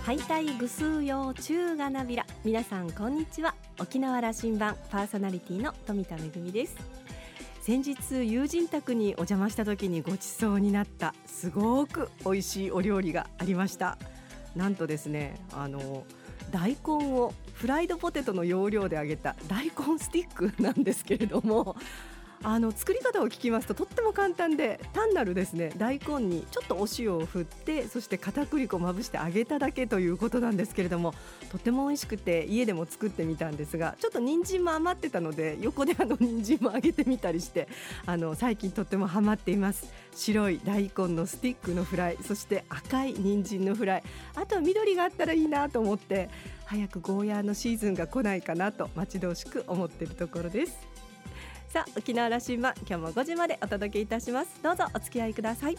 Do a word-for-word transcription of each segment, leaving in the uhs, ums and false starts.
ハイタイグスーヨーチューガナビラ。皆さんこんにちは。沖縄羅針盤パーソナリティの富田恵です。先日友人宅にお邪魔した時にごちそうになったすごく美味しいお料理がありました。なんとですね、あの大根をフライドポテトの要領で揚げた大根スティックなんですけれども、あの作り方を聞きますととっても簡単で、単なるですね大根にちょっとお塩を振って、そして片栗粉をまぶして揚げただけということなんですけれども、とっても美味しくて家でも作ってみたんですが、ちょっと人参も余ってたので横であの人参も揚げてみたりして、あの最近とってもハマっています。白い大根のスティックのフライ、そして赤い人参のフライ、あとは緑があったらいいなと思って、早くゴーヤーのシーズンが来ないかなと待ち遠しく思っているところです。さあ、沖縄羅針盤、今日もごじまでお届けいたします。どうぞお付き合いください。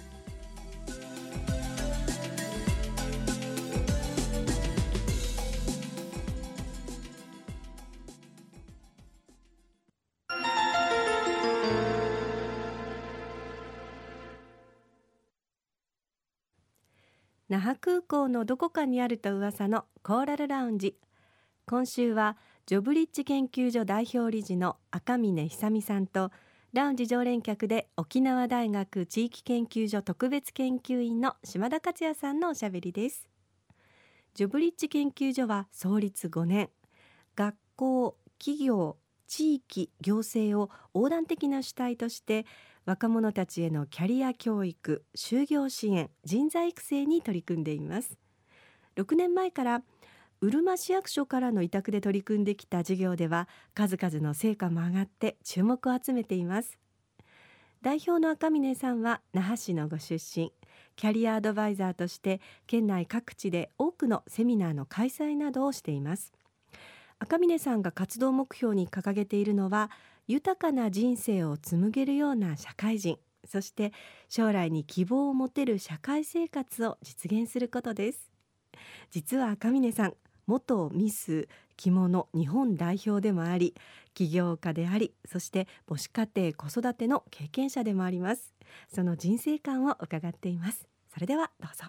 那覇空港のどこかにあると噂のコーラルラウンジ。今週はジョブリッジ研究所代表理事の赤嶺久美さんと、ラウンジ常連客で沖縄大学地域研究所特別研究員の島田克也さんのおしゃべりです。ジョブリッジ研究所は創立ごねん、学校、企業、地域、行政を横断的な主体として若者たちへのキャリア教育、就業支援、人材育成に取り組んでいます。ろくねんまえからうるま市役所からの委託で取り組んできた事業では、数々の成果も上がって注目を集めています。代表の赤嶺さんは那覇市のご出身、キャリアアドバイザーとして県内各地で多くのセミナーの開催などをしています。赤嶺さんが活動目標に掲げているのは、豊かな人生を紡げるような社会人、そして将来に希望を持てる社会生活を実現することです。実は赤嶺さん、元ミス着物日本代表でもあり、起業家であり、そして母子家庭子育ての経験者でもあります。その人生観を伺っています。それではどうぞ。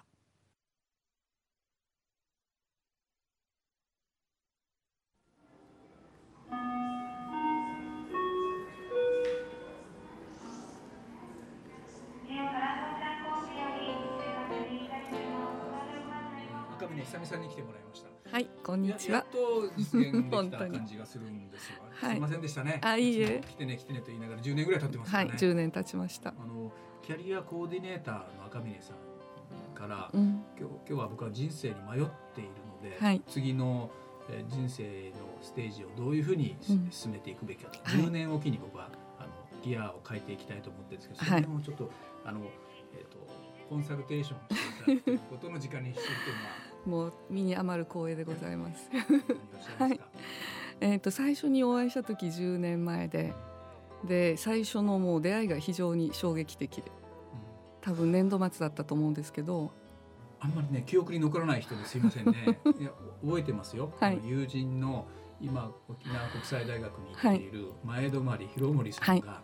赤嶺久美さんに来てもらいました。 はい、こんにちは。 や, やっと実現できた感じがするんですよ。はい、すいませんでしたね。 あ、いいえ。 来てね来てねと言いながらじゅうねんぐらい経ってますからね。 はい、じゅうねん経ちました。 あのキャリアコーディネーターの赤嶺さんから、うん、今日今日は僕は人生に迷っているので、はい、次のえ人生のステージをどういうふうに進めていくべきかと、うん、じゅうねんおきに僕はあのギアを変えていきたいと思ってるんですけど、それもちょっと、はい、あのえっ、ー、とコンサルテーションしていただくことの時間にしているというのはもう身に余る光栄でございます。はい、えーと最初にお会いした時じゅうねんまえで、で最初のもう出会いが非常に衝撃的で、多分年度末だったと思うんですけど、 あんまりね記憶に残らない人ですいませんね。いや覚えてますよ、はい、友人の今沖縄国際大学に行っている前泊博盛さんが、はい、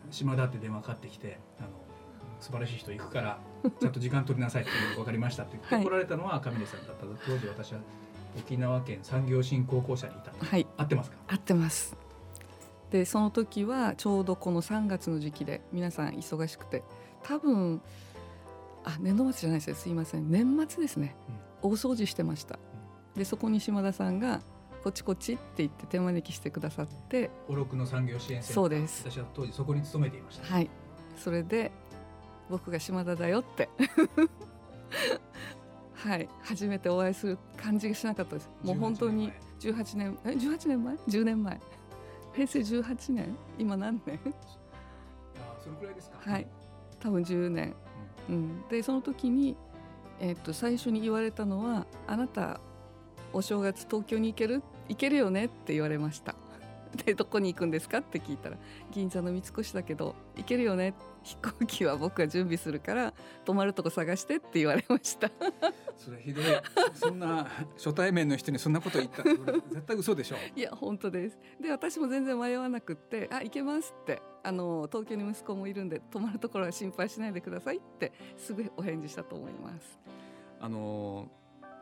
島田って電話かかってきて、あの素晴らしい人行くからちゃんと時間取りなさいって分かりましたって言って来られたのは赤嶺さんだった。当時私は沖縄県産業振興公社にいた、はい、合ってますか？ 合ってます。でその時はちょうどこのさんがつの時期で皆さん忙しくて、多分あ年度末じゃないですよ、すいません、年末ですね、うん、大掃除してました、うん、でそこに島田さんがこっちこっちって言って手招きしてくださって、 おろくの産業支援センター、 そうです、 私は当時そこに勤めていました。 はい、それで僕が島田だよってはい初めてお会いする感じがしなかったです。もう本当にじゅうはちねんえじゅうはちねんまえじゅうねんまえ平成じゅうはちねん今何年あそのくらいですか。 はい多分じゅうねん、うんうん、でその時に、えー、っと最初に言われたのは、あなたお正月東京に行ける行けるよねって言われました。でどこに行くんですかって聞いたら、銀座の三越だけど行けるよね、飛行機は僕が準備するから泊まるとこ探してって言われましたそれひどい。そんな初対面の人にそんなこと言ったら絶対嘘でしょ。 いや本当です。で私も全然迷わなくって、あ行けますって、あの東京に息子もいるんで泊まるところは心配しないでくださいってすぐお返事したと思います。 あの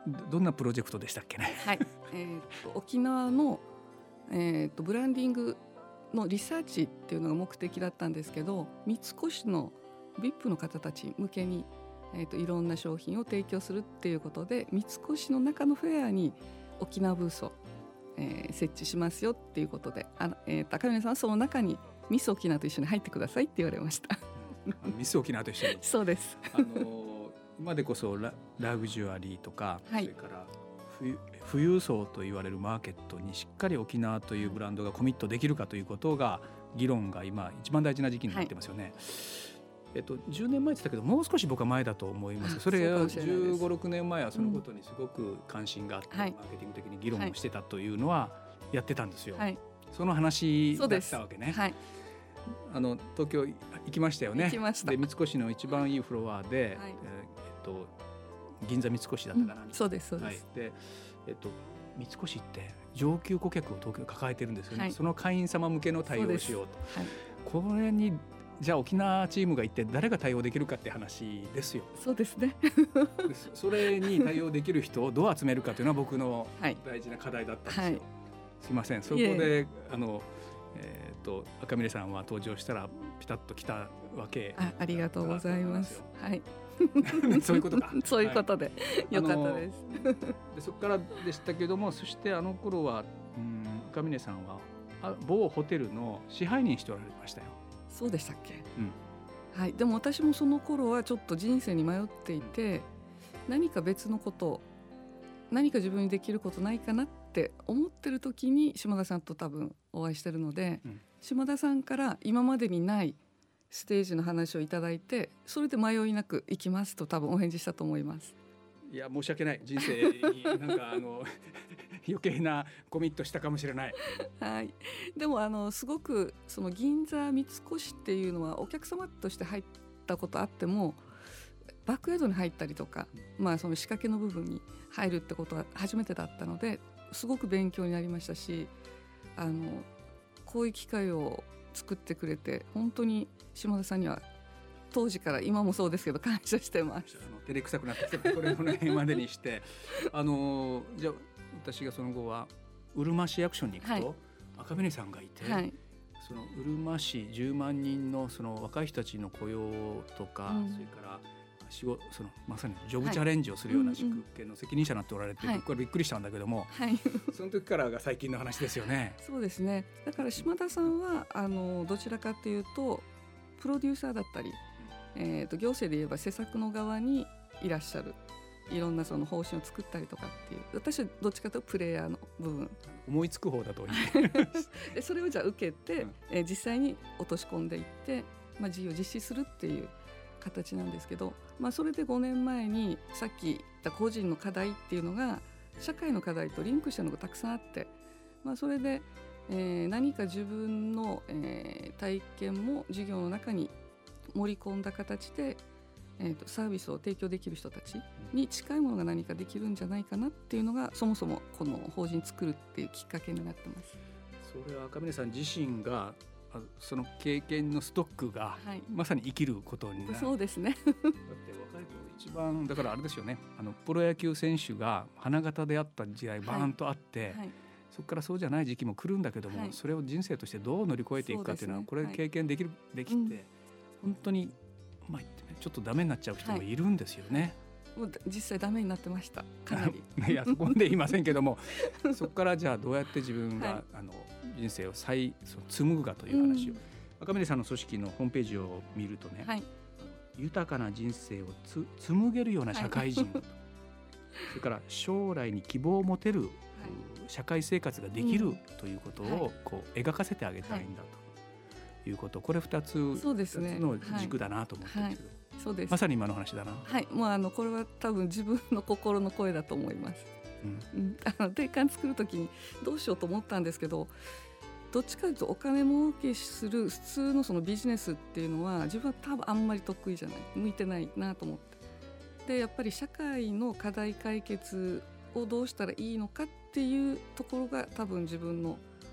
どんなプロジェクトでしたっけね。 はい、えー、と沖縄の、えー、とブランディングのリサーチっていうのが目的だったんですけど、三越の ブイアイピー の方たち向けに、えー、といろんな商品を提供するっていうことで、三越の中のフェアに沖縄ブースを、えー、設置しますよっていうことで、あの、えー、高峰さんはその中にミス沖縄と一緒に入ってくださいって言われました。 ミス沖縄と一緒にそうです。 あの今でこそ ラ, ラグジュアリーとか、はい、それから富裕層と言われるマーケットにしっかり沖縄というブランドがコミットできるかということが議論が今一番大事な時期になってますよね。はい、えっと、じゅうねんまえって言ったけどもう少し僕は前だと思います。それがじゅうご、ろくねんまえはそのことにすごく関心があって、うん、マーケティング的に議論をしてたというのはやってたんですよ。はい、その話だったわけね。はい、あの東京行きましたよね。 行きました。 で三越の一番いいフロアで、はい、えっと銀座三越だったかな、 うん、そうですそうです、 はい、で、えっと、三越って上級顧客を東京抱えてるんですよね。はい、その会員様向けの対応をしようと。はい、これにじゃあ沖縄チームが行って誰が対応できるかって話ですよ。 そうですね。 それに対応できる人をどう集めるかというのは僕の大事な課題だったんですよ。はい、すいません、そこであの、えー、と赤嶺さんは登場したらピタッと来たわけ。 あ, ありがとうございます。はい。 そういうことか。 そういうことで、はい、よかったです。 でそこからでしたけども、そしてあの頃は、うん、赤嶺さんはあ某ホテルの支配人しておられましたよ。 そうでしたっけ。うん、はい。でも私もその頃はちょっと人生に迷っていて、何か別のこと、何か自分にできることないかなって思ってる時に島田さんと多分お会いしてるので、うん、島田さんから今までにないステージの話をいただいて、それで迷いなく行きますと多分お返事したと思います。 いや申し訳ない、人生になんかあの余計なコミットしたかもしれない。 はい、でもあのすごくその銀座三越っていうのはお客様として入ったことあってもバックヤードに入ったりとか、まあ、その仕掛けの部分に入るってことは初めてだったので、すごく勉強になりましたし、あのこういう機会を作ってくれて本当に島田さんには当時から今もそうですけど感謝してます。 あの照れくさくなってきてこれの辺までにしてあのじゃあ私がその後はうるま市役所に行くと、はい、赤嶺さんがいて、はい、そのうるま市じゅうまんにん の, その若い人たちの雇用とか、うん、それから仕事そのまさにジョブチャレンジをするような宿系の責任者になっておられて、はい、僕はびっくりしたんだけども、はい、その時からが最近の話ですよね。 そうですね。だから島田さんはあのどちらかというとプロデューサーだったり、えー、と行政で言えば施策の側にいらっしゃる、いろんなその方針を作ったりとかっていう、私はどっちかというとプレイヤーの部分、 思いつく方だとでそれをじゃあ受けて、うんえー、実際に落とし込んでいって、まあ、事業を実施するっていう形なんですけど、まあ、それでごねんまえにさっき言った個人の課題っていうのが社会の課題とリンクしたのがたくさんあって、まあ、それで、えー、何か自分の、えー、体験も事業の中に盛り込んだ形で、えーと、サービスを提供できる人たちに近いものが何かできるんじゃないかなっていうのがそもそもこの法人作るっていうきっかけになってます。 それは赤嶺さん自身がその経験のストックがまさに生きることになる、 はい、そうですねだって若い頃一番だからあれですよね、あのプロ野球選手が花形であった時代バーンとあって、はいはい、そこからそうじゃない時期も来るんだけども、はい、それを人生としてどう乗り越えていくかっていうのは、ね、これ経験できる、はい、できて、うん、本当に、まあ言ってね、ちょっとダメになっちゃう人もいるんですよね、 はい、もう実際ダメになってました、かなりいやそこまで言いませんけどもそこからじゃあどうやって自分が、はい、あの人生を再その紡ぐかという話を、うん、赤嶺さんの組織のホームページを見るとね、はい、豊かな人生をつ紡げるような社会人、はい、それから将来に希望を持てる、はい、社会生活ができるということをこう描かせてあげたいんだということ、これふたつ、 そうですね、 ふたつの軸だなと思ってるんですけど、 はいはい、そうです、 まさに今の話だな。 はい、もうあのこれは多分自分の心の声だと思います、うんうん、あの定款作るときにどうしようと思ったんですけど、どっちかというとお金儲けする普通のそのビジネスっていうのは自分は多分あんまり得意じゃない、向いてないなと思って、でやっぱり社会の課題解決をどうしたらいいのかっていうところが多分自分の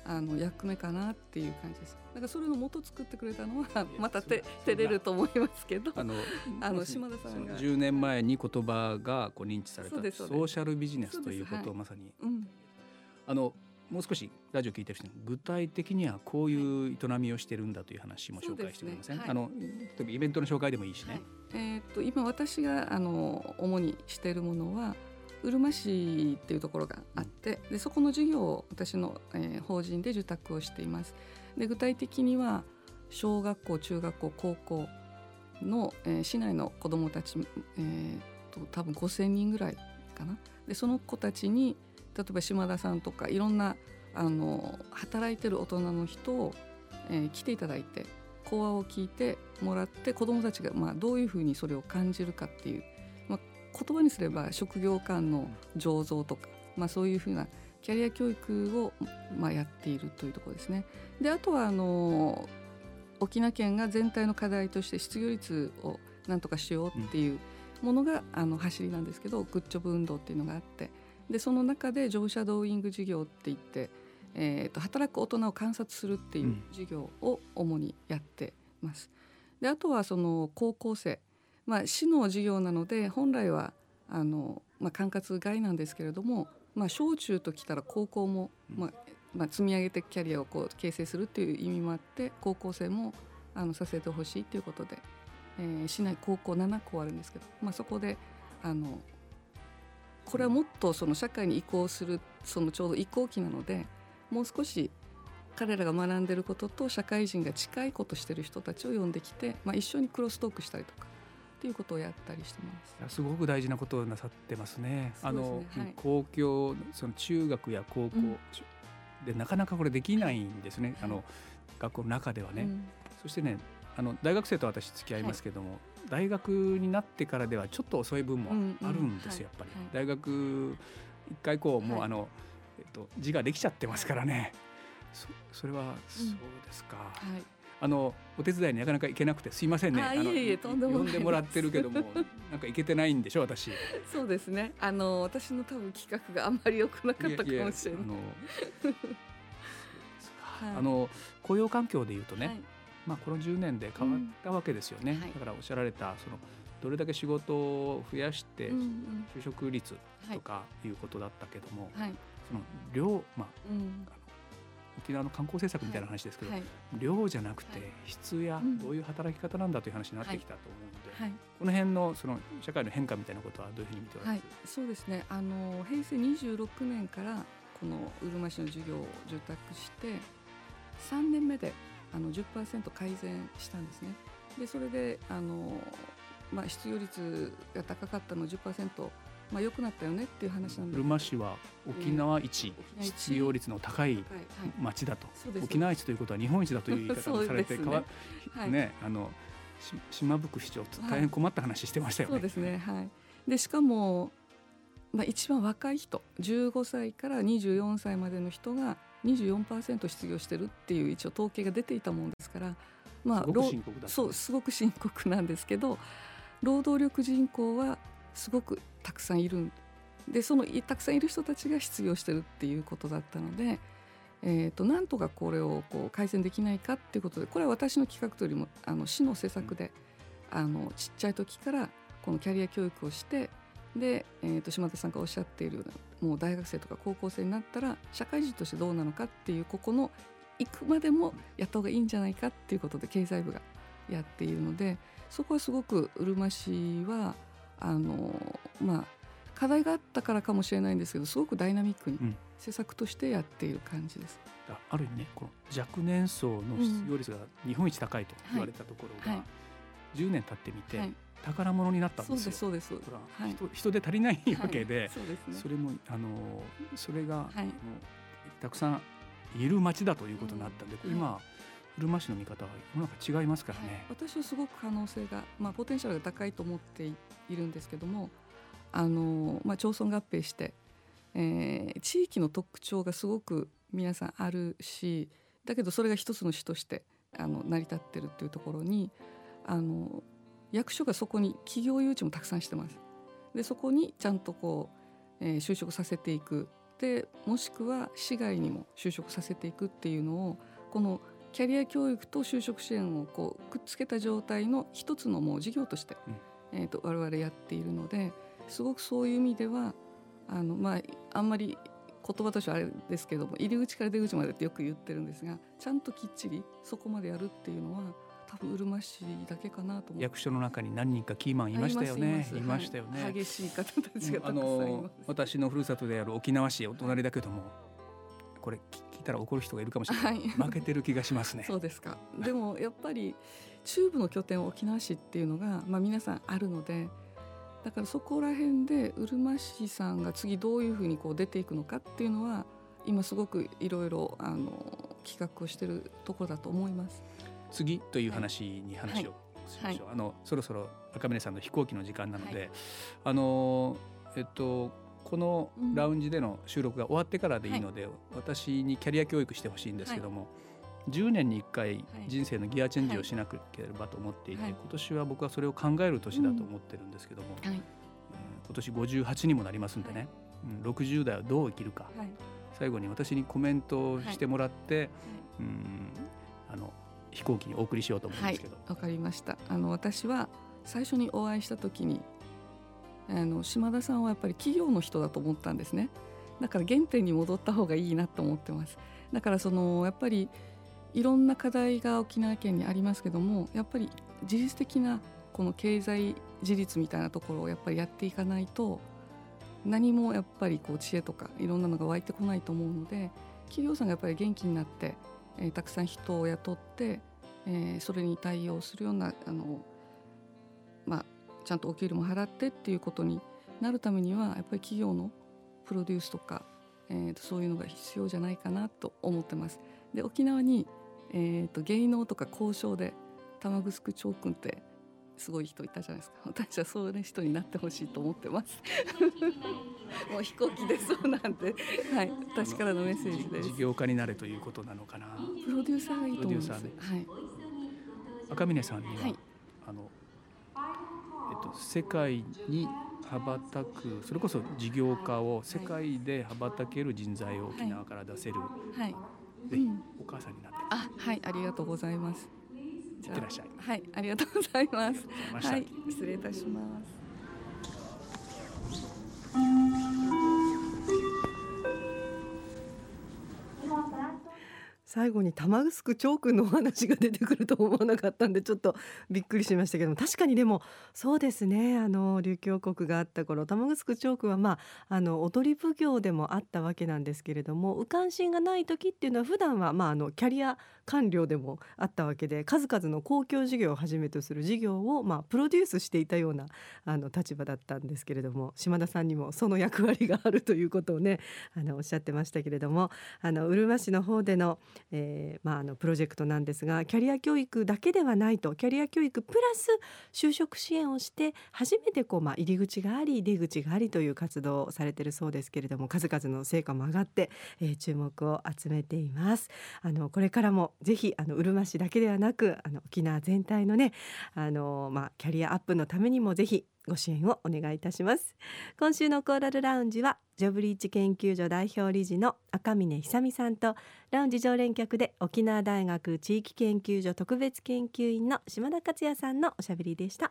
あの役目かなっていう感じです。だからそれの元作ってくれたのはまたて照れると思いますけど、あのあの島田さんがじゅうねんまえに言葉がこう認知されたソーシャルビジネスということをまさに、はい、うん、あのもう少しラジオ聞いてる人に具体的にはこういう営みをしてるんだという話も紹介してくれません？ね、はい、あの例えばイベントの紹介でもいいしね。 はい、えー、っと今私があの主にしているものはうるま市っていうところがあって、うん、でそこの事業を私の、えー、法人で受託をしています。で具体的には小学校中学校高校の、えー、市内の子どもたち、えー、と多分ごせんにんぐらいかな。でその子たちに例えば島田さんとかいろんなあの働いてる大人の人を、えー、来ていただいて講話を聞いてもらって子どもたちが、まあ、どういうふうにそれを感じるかっていう、まあ、言葉にすれば職業間の醸造とか、まあ、そういうふうなキャリア教育を、まあ、やっているというところですね。であとはあの沖縄県が全体の課題として失業率をなんとかしようっていうものが、うん、あの走りなんですけど、グッジョブ運動っていうのがあって、でその中で乗車ドーイング事業っていって、えー、と働く大人を観察するっていう事業を主にやってます。であとはその高校生、まあ、市の事業なので本来はあの、まあ、管轄外なんですけれども、まあ、小中ときたら高校も、まあまあ、積み上げてキャリアをこう形成するっていう意味もあって高校生もあのさせてほしいということで、えー、市内高校ななこあるんですけど、まあ、そこであのこれはもっとその社会に移行するそのちょうど移行期なのでもう少し彼らが学んでることと社会人が近いことしてる人たちを呼んできて、まあ、一緒にクロストークしたりとかっていうことをやったりしてます。 すごく大事なことをなさってますね。あの、はい、公共その中学や高校、うん、でなかなかこれできないんですね、はい、あの学校の中ではね、うん、そしてねあの大学生と私付き合いますけども、はい、大学になってからではちょっと遅い分もあるんですよ、うんうん、やっぱり、はい、大学一回こうもう、はい、あの、えっと、字ができちゃってますからね、そ, それはそうですか、うんはい、あのお手伝いになかなか行けなくてすいませんね。ああのいえいえとんでもないです。呼んでもらってるけどもなんか行けてないんでしょ私。 そうですね、あの私の多分企画があんまり良くなかったかもしれない。いやいやあのはい、あの雇用環境でいうとね、はいまあ、このじゅうねんで変わったわけですよね、うんはい、だからおっしゃられたそのどれだけ仕事を増やして就職率とかいうことだったけども、はい、その量、まあうん、あの沖縄の観光政策みたいな話ですけど、はい、量じゃなくて質やどういう働き方なんだという話になってきたと思うので、はいはい、この辺のその社会の変化みたいなことはどういうふうに見ておられますか？ はい、そうですね、あの平成にじゅうろくねんからこのうるま市の事業を受託してさんねんめであの じゅっパーセント 改善したんですね。でそれであの、まあ、失業率が高かったの じゅっパーセント、まあ、良くなったよねっていう話なんです。 うるま市は沖縄一、えー、失業率の高い町だと、はいはい、沖縄一ということは日本一だという言い方をされてね、はいね、あの島福市長大変困った話してましたよね。 そうですね、はい、でしかも、まあ、一番若い人じゅうごさいからにじゅうよんさいまでの人が にじゅうよんパーセント 失業してるっていう一応統計が出ていたもんですから、まあ、 すごく深刻だ、 そうすごく深刻なんですけど労働力人口はすごくたくさんいるでそのたくさんいる人たちが失業してるっていうことだったので、えー、となんとかこれをこう改善できないかっていうことでこれは私の企画というよりもあの市の施策で、うん、あのちっちゃい時からこのキャリア教育をしてで、えー、と島田さんがおっしゃっているようなもう大学生とか高校生になったら社会人としてどうなのかっていうここの行くまでもやった方がいいんじゃないかっていうことで経済部がやっているのでそこはすごくうるま市はあの、まあ、課題があったからかもしれないんですけどすごくダイナミックに施策としてやっている感じです、 うん、ある意味ねこの若年層の失業率が日本一高いと言われたところが、うんはい、じゅうねん経ってみて、はい宝物になったんですよ。 そうですそうです。 はい、人, 人で足りないわけで、はい そ, うですね、それもあのそれが、はい、あのたくさんいる町だということになったんで、うん、今うるま市の見方は世の中違いますからね、はい、 私はすごく可能性が、まあ、ポテンシャルが高いと思っているんですけどもあの、まあ、町村合併して、えー、地域の特徴がすごく皆さんあるしだけどそれが一つの市としてあの成り立ってるっていうところにあの役所がそこに企業誘致もたくさんしてます。でそこにちゃんとこう、えー、就職させていくしてもしくは市外にも就職させていくっていうのをこのキャリア教育と就職支援をこうくっつけた状態の一つのもう事業として、うんえー、と我々やっているのですごくそういう意味ではあの、まあ、あんまり言葉としてはあれですけども入り口から出口までってよく言ってるんですがちゃんときっちりそこまでやるっていうのは多分うるま市だけかなと思って役所の中に何人かキーマンいましたよね。いましたよね、 はい、激しい方たちがたくさんいます、あの私のふるさとである沖縄市お隣だけどもこれ聞いたら怒る人がいるかもしれない、はい、負けてる気がしますね。 そうですか。でもやっぱり中部の拠点は沖縄市っていうのが、まあ、皆さんあるのでだからそこら辺でうるま市さんが次どういうふうにこう出ていくのかっていうのは今すごくいろいろ企画をしているところだと思います。 次という話に話をしましょう、はい、あのそろそろ赤嶺さんの飛行機の時間なので、はい、あのえっとこのラウンジでの収録が終わってからでいいので、うん、私にキャリア教育してほしいんですけども、はい、じゅうねんにいっかい人生のギアチェンジをしなければと思っていて、はい、今年は僕はそれを考える年だと思ってるんですけども、うんはい、今年ごじゅうはちにもなりますんでね、はいうん、ろくじゅう代をどう生きるか、はい、最後に私にコメントをしてもらって、はいうんあの飛行機にお送りしようと思うんですけど。 はい、わかりました。あの私は最初にお会いした時にあの島田さんはやっぱり企業の人だと思ったんですね。だから原点に戻った方がいいなと思ってます。だからそのやっぱりいろんな課題が沖縄県にありますけどもやっぱり自律的なこの経済自立みたいなところをやっぱりやっていかないと何もやっぱりこう知恵とかいろんなのが湧いてこないと思うので企業さんがやっぱり元気になってえー、たくさん人を雇って、えー、それに対応するようなあの、まあ、ちゃんとお給料も払ってっていうことになるためにはやっぱり企業のプロデュースとか、えー、とそういうのが必要じゃないかなと思ってます。で沖縄に、えー、と芸能とか交渉で玉城長君ってすごい人いたじゃないですか。私はそういう人になってほしいと思ってますもう飛行機でそうなんで、はい、私からのメッセージです。 事業家になれということなのかな。 プロデューサーがいいと思います。ねはい、 赤嶺さんには、はい、あのえっと、世界に羽ばたくそれこそ事業家を世界で羽ばたける人材を沖縄から出せる、はいはい、ぜひお母さんになって、 あ、はい、ありがとうございます。 いってらっしゃい。 はい、ありがとうございます。はい、失礼いたします。 最後に玉城長君のお話が出てくると思わなかったんでちょっとびっくりしましたけども確かにでもそうですねあの琉球王国があった頃玉城長君は、まあ、あの踊り奉行でもあったわけなんですけれども右関心がない時っていうのは普段は、まあ、あのキャリア官僚でもあったわけで数々の公共事業をはじめとする事業を、まあ、プロデュースしていたようなあの立場だったんですけれども島田さんにもその役割があるということをねあのおっしゃってましたけれどもあのうるま市の方でのえーまあ、あのプロジェクトなんですがキャリア教育だけではないとキャリア教育プラス就職支援をして初めてこう、まあ、入り口があり出口がありという活動をされているそうですけれども数々の成果も上がって、えー、注目を集めています。あのこれからもぜひあのうるま市だけではなくあの沖縄全体のねあの、まあ、キャリアアップのためにもぜひご支援をお願いいたします。今週のコーラルラウンジはジョブリーチ研究所代表理事の赤嶺久美さんとラウンジ常連客で沖縄大学地域研究所特別研究員の島田克也さんのおしゃべりでした。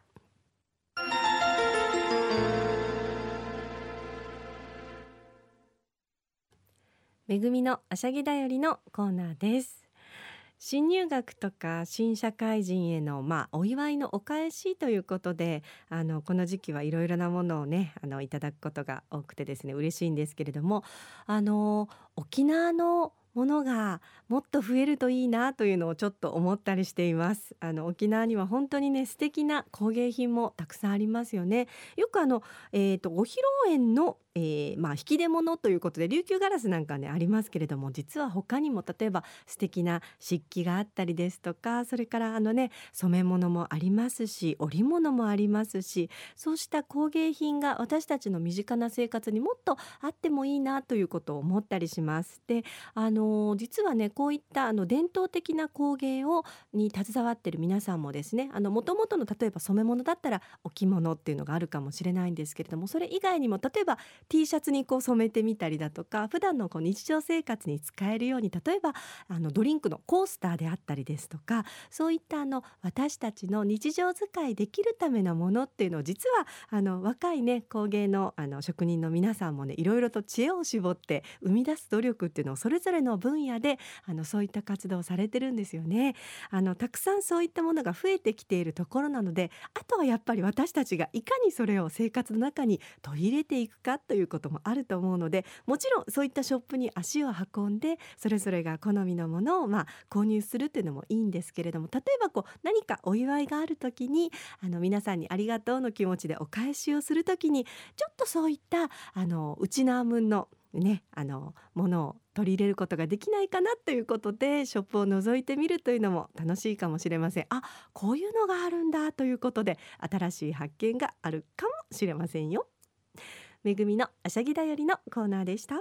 めぐみのあしゃぎだよりのコーナーです。新入学とか新社会人への、まあ、お祝いのお返しということであのこの時期はいろいろなものをねあのいただくことが多くてですね嬉しいんですけれどもあの沖縄のものがもっと増えるといいなというのをちょっと思ったりしています。あの沖縄には本当にね素敵な工芸品もたくさんありますよね。よくあの、えーと、ご披露宴の、えーまあ、引き出物ということで琉球ガラスなんかねありますけれども実は他にも例えば素敵な漆器があったりですとかそれからあのね染め物もありますし織物もありますしそうした工芸品が私たちの身近な生活にもっとあってもいいなということを思ったりします。であのの実はねこういったあの伝統的な工芸をに携わっている皆さんもですね、あの元々の例えば染め物だったらお着物っていうのがあるかもしれないんですけれども、それ以外にも例えば T シャツにこう染めてみたりだとか、普段のこう日常生活に使えるように、例えばあのドリンクのコースターであったりですとか、そういったあの私たちの日常使いできるためのものっていうのを、実はあの若いね工芸のあの職人の皆さんもね、いろいろと知恵を絞って生み出す努力っていうのをそれぞれの分野であのそういった活動をされてるんですよね。あのたくさんそういったものが増えてきているところなので、あとはやっぱり私たちがいかにそれを生活の中に取り入れていくかということもあると思うので、もちろんそういったショップに足を運んでそれぞれが好みのものをまあ購入するっていうのもいいんですけれども、例えばこう何かお祝いがある時にあの皆さんにありがとうの気持ちでお返しをする時に、ちょっとそういったあのうちなーむんのね、あのものを取り入れることができないかなということで、ショップを覗いてみるというのも楽しいかもしれません。あ、こういうのがあるんだということで新しい発見があるかもしれませんよ。めぐみのあしゃぎだよりのコーナーでした。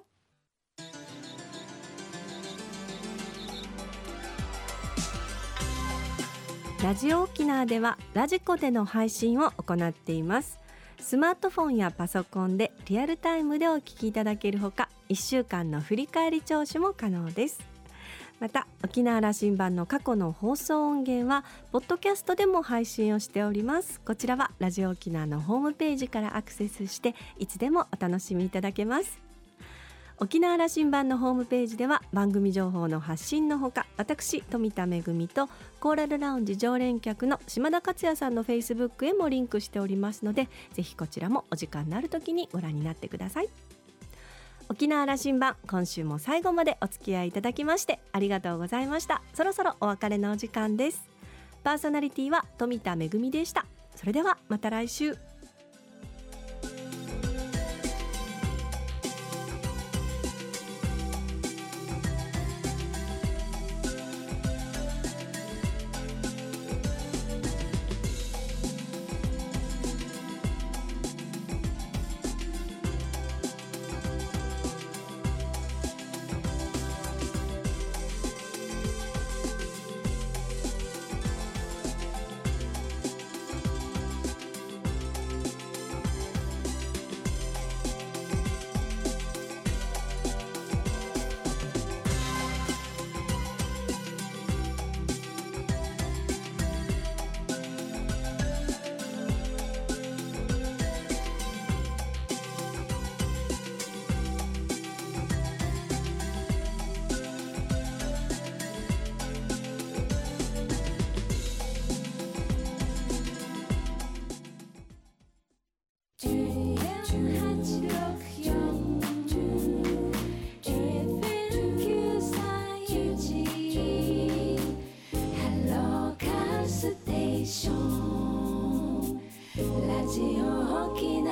ラジオ沖縄ではラジコでの配信を行っています。スマートフォンやパソコンでリアルタイムでお聞きいただけるほか、いっしゅうかんの振り返り聴取も可能です。また沖縄羅針盤の過去の放送音源はポッドキャストでも配信をしております。こちらはラジオ沖縄のホームページからアクセスしていつでもお楽しみいただけます。沖縄羅針盤のホームページでは番組情報の発信のほか、私富田恵とコーラルラウンジ常連客の島田克也さんのフェイスブックへもリンクしておりますので、ぜひこちらもお時間のある時にご覧になってください。沖縄羅針盤、今週も最後までお付き合いいただきましてありがとうございました。そろそろお別れのお時間です。パーソナリティは富田恵でした。それではまた来週。ラジオ沖縄